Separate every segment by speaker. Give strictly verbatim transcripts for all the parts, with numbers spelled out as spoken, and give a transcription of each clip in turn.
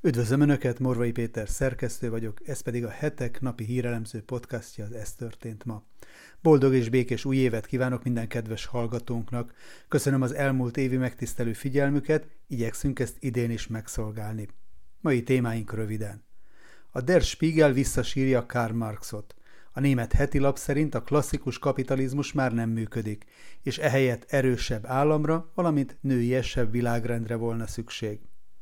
Speaker 1: Üdvözlöm Önöket, Morvai Péter szerkesztő vagyok, ez pedig a Hetek napi hírelemző podcastja, az Ez történt ma. Boldog és békés új évet kívánok minden kedves hallgatónknak. Köszönöm az elmúlt évi megtisztelő figyelmüket, igyekszünk ezt idén is megszolgálni. Mai témáink röviden. A Der Spiegel visszasírja Karl Marxot. A német hetilap szerint a klasszikus kapitalizmus már nem működik, és ehelyett erősebb államra, valamint nőiesebb világrendre volna szükség.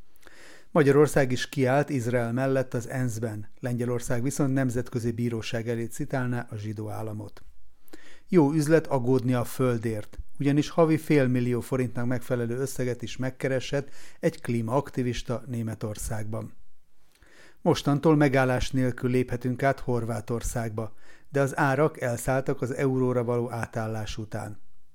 Speaker 1: Magyarország is kiállt Izrael mellett az en é es-ben, Lengyelország viszont nemzetközi bíróság elé citálná a zsidó államot. Jó üzlet aggódni a földért, ugyanis havi félmillió forintnak megfelelő összeget is megkeresett egy klímaaktivista Németországban. Mostantól megállás nélkül léphetünk át Horvátországba, de az árak elszálltak az euróra való átállás után.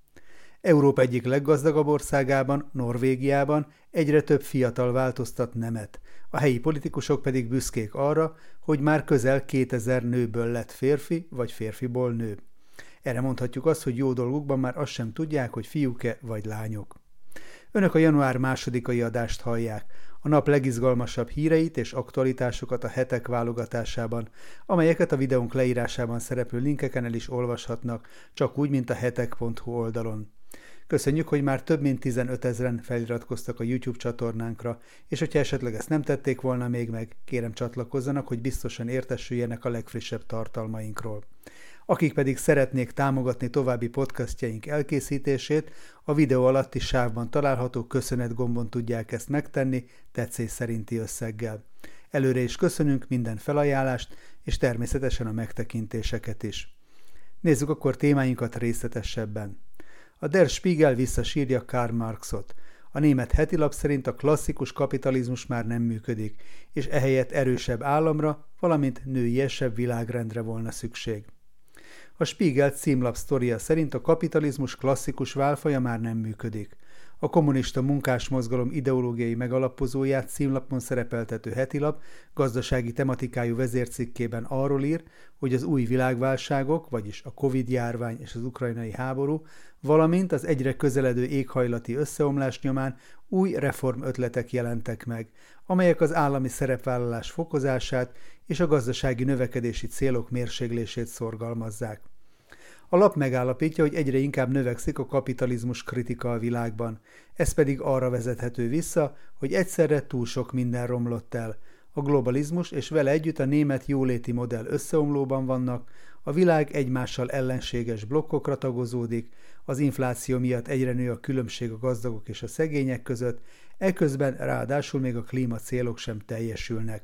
Speaker 1: Európa egyik leggazdagabb országában, Norvégiában egyre több fiatal változtat nemet, a helyi politikusok pedig büszkék arra, hogy már közel kétezer nőből lett férfi, vagy férfiból nő. Erre mondhatjuk azt, hogy jó dolgukban már azt sem tudják, hogy fiúk-e vagy lányok. Önök a január másodikai adást hallják, a nap legizgalmasabb híreit és aktualitásokat a hetek válogatásában, amelyeket a videónk leírásában szereplő linkeken el is olvashatnak, csak úgy, mint a hetek pont hu oldalon. Köszönjük, hogy már több mint tizenötezren feliratkoztak a YouTube csatornánkra, és hogyha esetleg ezt nem tették volna még meg, kérem csatlakozzanak, hogy biztosan értesüljenek a legfrissebb tartalmainkról. Akik pedig szeretnék támogatni további podcastjaink elkészítését, a videó alatti sávban található köszönet gombon tudják ezt megtenni tetszés szerinti összeggel. Előre is köszönünk minden felajánlást, és természetesen a megtekintéseket is. Nézzük akkor témáinkat részletesebben. A Der Spiegel visszasírja Karl Marxot. A német hetilap szerint a klasszikus kapitalizmus már nem működik, és ehelyett erősebb államra, valamint nőiesebb világrendre volna szükség. A Spiegel címlap sztoria szerint a kapitalizmus klasszikus válfaja már nem működik. A kommunista munkásmozgalom ideológiai megalapozóját címlapon szerepeltető hetilap gazdasági tematikájú vezércikkében arról ír, hogy az új világválságok, vagyis a Covid-járvány és az ukrajnai háború, valamint az egyre közeledő éghajlati összeomlás nyomán új reformötletek jelentek meg, amelyek az állami szerepvállalás fokozását és a gazdasági növekedési célok mérséklését szorgalmazzák. A lap megállapítja, hogy egyre inkább növekszik a kapitalizmus kritika a világban. Ez pedig arra vezethető vissza, hogy egyszerre túl sok minden romlott el. A globalizmus és vele együtt a német jóléti modell összeomlóban vannak, a világ egymással ellenséges blokkokra tagozódik, az infláció miatt egyre nő a különbség a gazdagok és a szegények között, eközben ráadásul még a klímacélok sem teljesülnek.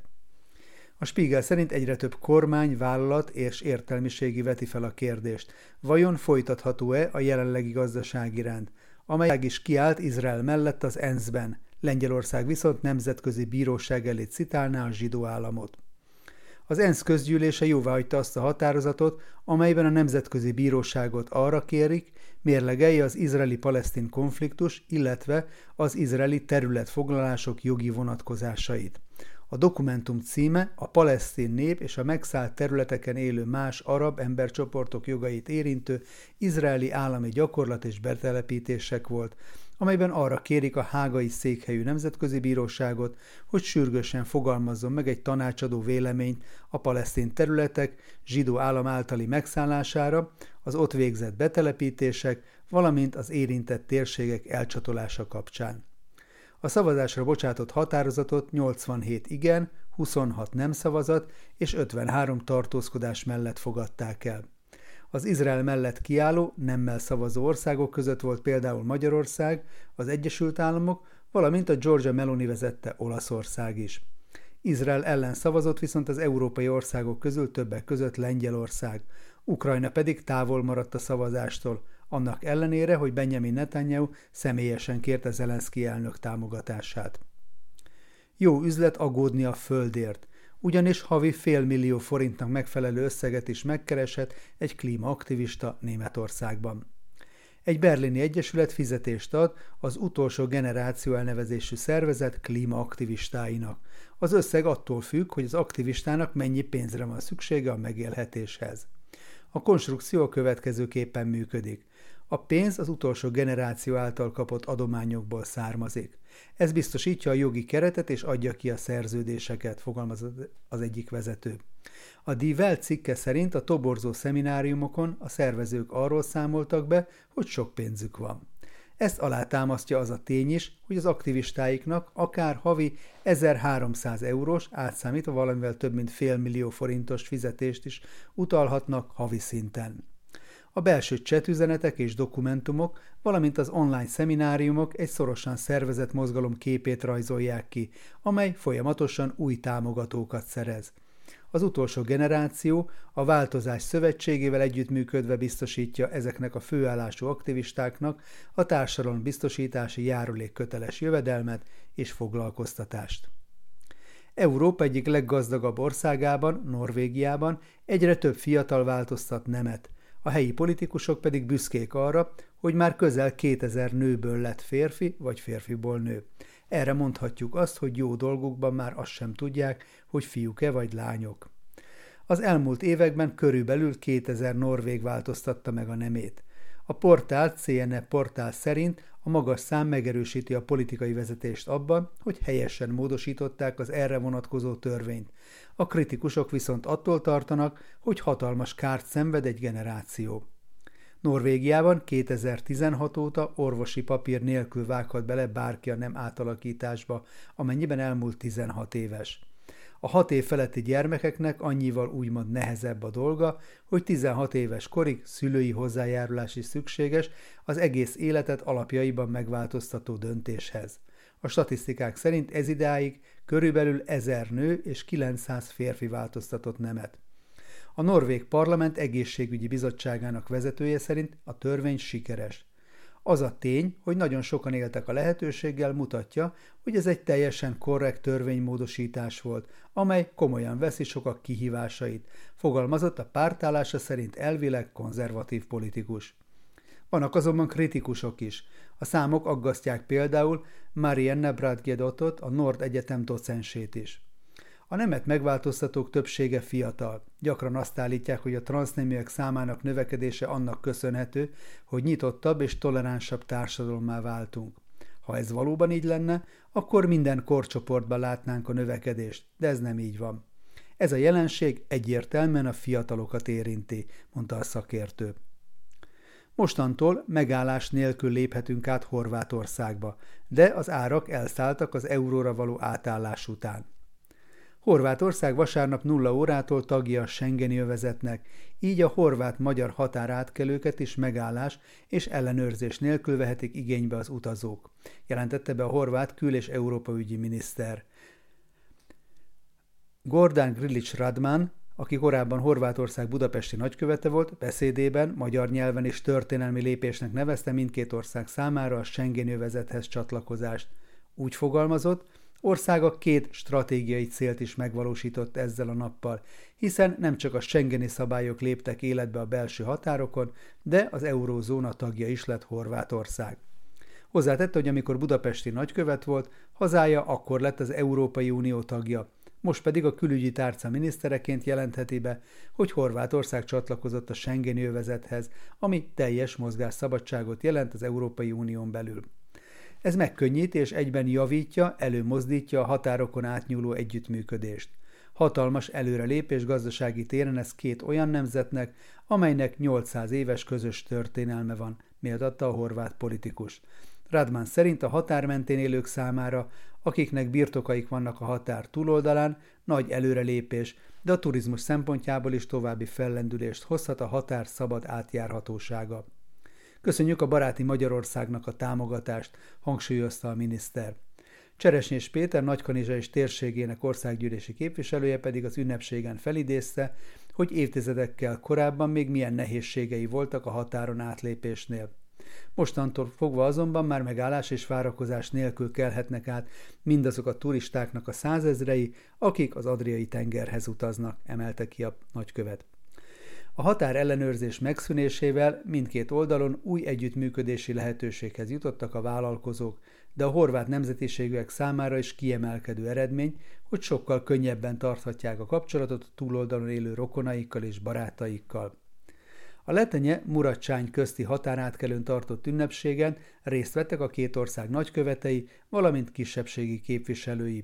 Speaker 1: A Spiegel szerint egyre több kormány, vállalat és értelmiségi veti fel a kérdést. Vajon folytatható-e a jelenlegi gazdasági rend, amely is kiállt Izrael mellett az en é es-ben, Lengyelország viszont nemzetközi bíróság elé citálná a zsidó államot. Az en é es közgyűlése jóváhagyta azt a határozatot, amelyben a nemzetközi bíróságot arra kérik, mérlegelje az izraeli-palesztin konfliktus, illetve az izraeli területfoglalások jogi vonatkozásait. A dokumentum címe a palesztin nép és a megszállt területeken élő más arab embercsoportok jogait érintő izraeli állami gyakorlat és betelepítések volt, amelyben arra kérik a hágai székhelyű nemzetközi bíróságot, hogy sürgősen fogalmazzon meg egy tanácsadó véleményt a palesztin területek zsidó állam általi megszállására, az ott végzett betelepítések, valamint az érintett térségek elcsatolása kapcsán. A szavazásra bocsátott határozatot nyolcvanhét igen, huszonhat nem szavazat és ötvenhárom tartózkodás mellett fogadták el. Az Izrael mellett kiálló, nemmel szavazó országok között volt például Magyarország, az Egyesült Államok, valamint a Giorgia Meloni vezette Olaszország is. Izrael ellen szavazott viszont az európai országok közül többek között Lengyelország, Ukrajna pedig távol maradt a szavazástól, annak ellenére, hogy Benjamin Netanyahu személyesen kérte Zelenszky elnök támogatását. Jó üzlet aggódni a földért, ugyanis havi félmillió forintnak megfelelő összeget is megkeresett egy klímaaktivista Németországban. Egy berlini egyesület fizetést ad az utolsó generáció elnevezésű szervezet klímaaktivistáinak. Az összeg attól függ, hogy az aktivistának mennyi pénzre van szüksége a megélhetéshez. A konstrukció a következőképpen működik. A pénz az utolsó generáció által kapott adományokból származik. Ez biztosítja a jogi keretet és adja ki a szerződéseket, fogalmaz az egyik vezető. A Die Welt cikke szerint a toborzó szemináriumokon a szervezők arról számoltak be, hogy sok pénzük van. Ezt alátámasztja az a tény is, hogy az aktivistáiknak akár havi ezerháromszáz eurós, átszámítva valamivel több mint fél millió forintos fizetést is utalhatnak havi szinten. A belső chatüzenetek és dokumentumok, valamint az online szemináriumok egy szorosan szervezett mozgalom képét rajzolják ki, amely folyamatosan új támogatókat szerez. Az utolsó generáció a Változás Szövetségével együttműködve biztosítja ezeknek a főállású aktivistáknak a társadalombiztosítási járulékköteles jövedelmet és foglalkoztatást. Európa egyik leggazdagabb országában, Norvégiában egyre több fiatal változtat nemet, a helyi politikusok pedig büszkék arra, hogy már közel kétezer nőből lett férfi vagy férfiból nő. Erre mondhatjuk azt, hogy jó dolgukban már azt sem tudják, hogy fiúk-e vagy lányok. Az elmúlt években körülbelül kétezer norvég változtatta meg a nemét. A portál cé en e portál szerint a magas szám megerősíti a politikai vezetést abban, hogy helyesen módosították az erre vonatkozó törvényt. A kritikusok viszont attól tartanak, hogy hatalmas kárt szenved egy generáció. Norvégiában kétezer-tizenhat óta orvosi papír nélkül vághat bele bárki a nem átalakításba, amennyiben elmúlt tizenhat éves. A hat év feletti gyermekeknek annyival úgymond nehezebb a dolga, hogy tizenhat éves korig szülői hozzájárulás is szükséges az egész életet alapjaiban megváltoztató döntéshez. A statisztikák szerint ezidáig körülbelül ezer nő és kilencszáz férfi változtatott nemet. A norvég parlament egészségügyi bizottságának vezetője szerint a törvény sikeres. Az a tény, hogy nagyon sokan éltek a lehetőséggel, mutatja, hogy ez egy teljesen korrekt törvénymódosítás volt, amely komolyan veszi sokak kihívásait, fogalmazott a pártállása szerint elvileg konzervatív politikus. Vannak azonban kritikusok is. A számok aggasztják például Marianne Bradgedotot, a Nord Egyetem docensét is. A nemet megváltoztatók többsége fiatal. Gyakran azt állítják, hogy a transzneműek számának növekedése annak köszönhető, hogy nyitottabb és toleránsabb társadalommá váltunk. Ha ez valóban így lenne, akkor minden korcsoportban látnánk a növekedést, de ez nem így van. Ez a jelenség egyértelműen a fiatalokat érinti, mondta a szakértő. Mostantól megállás nélkül léphetünk át Horvátországba, de az árak elszálltak az euróra való átállás után. Horvátország vasárnap nulla órától tagja a Schengeni övezetnek, így a horvát-magyar határátkelőket is megállás és ellenőrzés nélkül vehetik igénybe az utazók, jelentette be a horvát kül- és európaügyi miniszter. Gordan Grlić Radman, aki korábban Horvátország budapesti nagykövete volt, beszédében magyar nyelven és történelmi lépésnek nevezte mindkét ország számára a Schengeni övezethez csatlakozást. Úgy fogalmazott, országa két stratégiai célt is megvalósított ezzel a nappal, hiszen nem csak a schengeni szabályok léptek életbe a belső határokon, de az eurózóna tagja is lett Horvátország. Hozzátette, hogy amikor budapesti nagykövet volt, hazája akkor lett az Európai Unió tagja, most pedig a külügyi tárca minisztereként jelentheti be, hogy Horvátország csatlakozott a Schengeni övezethez, ami teljes mozgásszabadságot jelent az Európai Unión belül. Ez megkönnyíti és egyben javítja, előmozdítja a határokon átnyúló együttműködést. Hatalmas előrelépés gazdasági téren ez két olyan nemzetnek, amelynek nyolcszáz éves közös történelme van, méltatta a horvát politikus. Radman szerint a határ mentén élők számára, akiknek birtokaik vannak a határ túloldalán, nagy előrelépés, de a turizmus szempontjából is további fellendülést hozhat a határ szabad átjárhatósága. Köszönjük a baráti Magyarországnak a támogatást, hangsúlyozta a miniszter. Cseresnyés Péter, Nagykanizsa és térségének országgyűlési képviselője pedig az ünnepségen felidézte, hogy évtizedekkel korábban még milyen nehézségei voltak a határon átlépésnél. Mostantól fogva azonban már megállás és várakozás nélkül kelhetnek át mindazok a turistáknak a százezrei, akik az Adriai tengerhez utaznak, emelte ki a nagykövet. A határ ellenőrzés megszűnésével mindkét oldalon új együttműködési lehetőséghez jutottak a vállalkozók, de a horvát nemzetiségűek számára is kiemelkedő eredmény, hogy sokkal könnyebben tarthatják a kapcsolatot a túloldalon élő rokonaikkal és barátaikkal. A Letenye-Muratsány közti határátkelőn tartott ünnepségen részt vettek a két ország nagykövetei, valamint kisebbségi képviselői.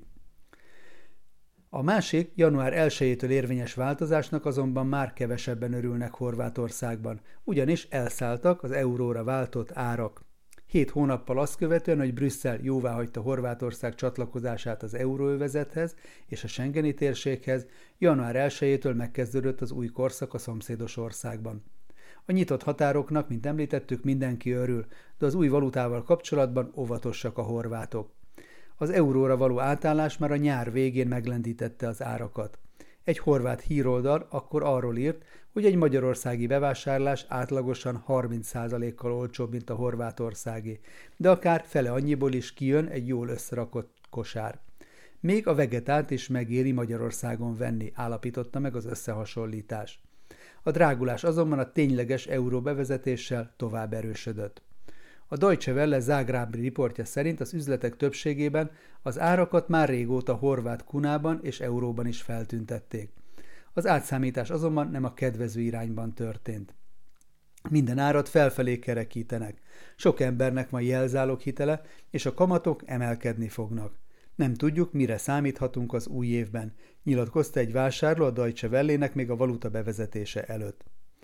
Speaker 1: A másik, január elsejétől érvényes változásnak azonban már kevesebben örülnek Horvátországban, ugyanis elszálltak az euróra váltott árak. Hét hónappal azt követően, hogy Brüsszel jóváhagyta Horvátország csatlakozását az euróövezethez és a schengeni térséghez, január elsejétől megkezdődött az új korszak a szomszédos országban. A nyitott határoknak, mint említettük, mindenki örül, de az új valutával kapcsolatban óvatosak a horvátok. Az euróra való átállás már a nyár végén meglendítette az árakat. Egy horvát híroldal akkor arról írt, hogy egy magyarországi bevásárlás átlagosan harminc százalékkal olcsóbb, mint a horvátországi, de akár fele annyiból is kijön egy jól összerakott kosár. Még a vegetált is megéri Magyarországon venni, állapította meg az összehasonlítás. A drágulás azonban a tényleges euró bevezetéssel tovább erősödött. A Deutsche Welle zágrábi riportja szerint az üzletek többségében az árakat már régóta horvát kunában és euróban is feltüntették. Az átszámítás azonban nem a kedvező irányban történt. Minden árat felfelé kerekítenek. Sok embernek van jelzáloghitele, és a kamatok emelkedni fognak. Nem tudjuk, mire számíthatunk az új évben, nyilatkozta egy vásárló a Deutsche Wellének még a valuta bevezetése előtt.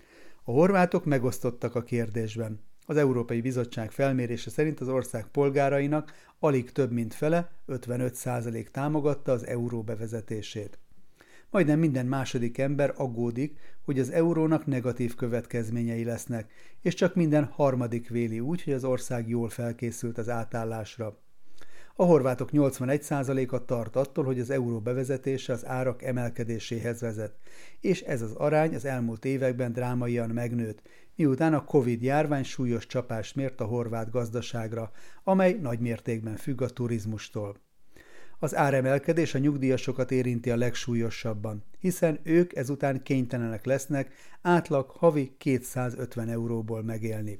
Speaker 1: A horvátok megosztottak a kérdésben. Az Európai Bizottság felmérése szerint az ország polgárainak alig több mint fele, ötvenöt százalék támogatta az euró bevezetését. Majdnem minden második ember aggódik, hogy az eurónak negatív következményei lesznek, és csak minden harmadik véli úgy, hogy az ország jól felkészült az átállásra. A horvátok nyolcvanegy százaléka tart attól, hogy az euró bevezetése az árak emelkedéséhez vezet, és ez az arány az elmúlt években drámaian megnőtt, miután a Covid-járvány súlyos csapást mért a horvát gazdaságra, amely nagymértékben függ a turizmustól. Az áremelkedés a nyugdíjasokat érinti a legsúlyosabban, hiszen ők ezután kénytelenek lesznek átlag havi kétszázötven euróból megélni.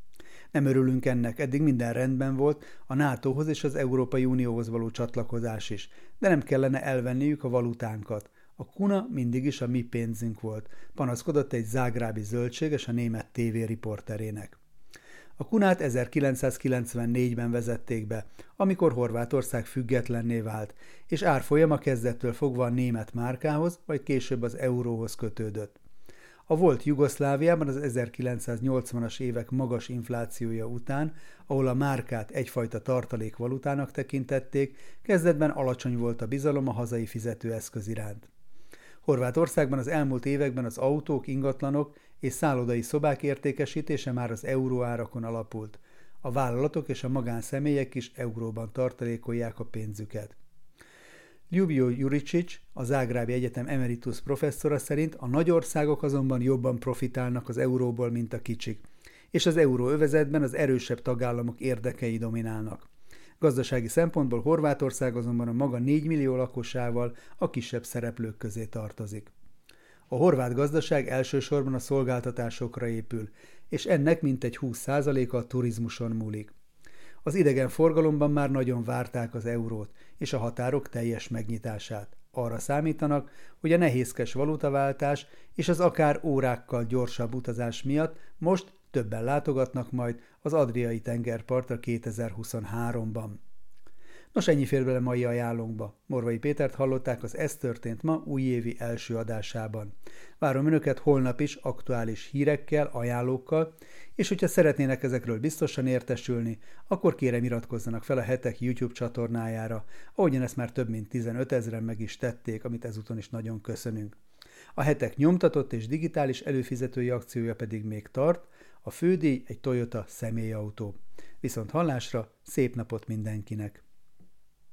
Speaker 1: Nem örülünk ennek, eddig minden rendben volt, a nátóhoz és az Európai Unióhoz való csatlakozás is, de nem kellene elvenniük a valutánkat. A kuna mindig is a mi pénzünk volt, panaszkodott egy zágrábi zöldséges a német tévé riporterének. A kunát ezerkilencszázkilencvennégyben vezették be, amikor Horvátország függetlenné vált, és árfolyama kezdettől fogva a német márkához, vagy később az euróhoz kötődött. A volt Jugoszláviában az ezerkilencszáznyolcvanas évek magas inflációja után, ahol a márkát egyfajta tartalékvalutának tekintették, kezdetben alacsony volt a bizalom a hazai fizetőeszköz iránt. Horvátországban az elmúlt években az autók, ingatlanok és szállodai szobák értékesítése már az euróárakon alapult. A vállalatok és a magánszemélyek is euróban tartalékolják a pénzüket. Ljubio Juricic, a Zágrábi Egyetem emeritus professzora szerint a nagy országok azonban jobban profitálnak az euróból, mint a kicsik, és az euróövezetben az erősebb tagállamok érdekei dominálnak. Gazdasági szempontból Horvátország azonban a maga négy millió lakosával a kisebb szereplők közé tartozik. A horvát gazdaság elsősorban a szolgáltatásokra épül, és ennek mintegy húsz százaléka a turizmuson múlik. Az idegen forgalomban már nagyon várták az eurót és a határok teljes megnyitását. Arra számítanak, hogy a nehézkes valutaváltás és az akár órákkal gyorsabb utazás miatt most többen látogatnak majd az Adriai tengerpartra kétezer-huszonháromban. Nos, ennyi fér bele mai ajánlónkba. Morvai Pétert hallották az Ez történt ma újévi első adásában. Várom Önöket holnap is aktuális hírekkel, ajánlókkal, és hogyha szeretnének ezekről biztosan értesülni, akkor kérem iratkozzanak fel a Hetek YouTube csatornájára, ahogyan ezt már több mint tizenötezren meg is tették, amit ezúton is nagyon köszönünk. A Hetek nyomtatott és digitális előfizetői akciója pedig még tart, a fődíj egy Toyota személyautó. Viszont hallásra, szép napot mindenkinek!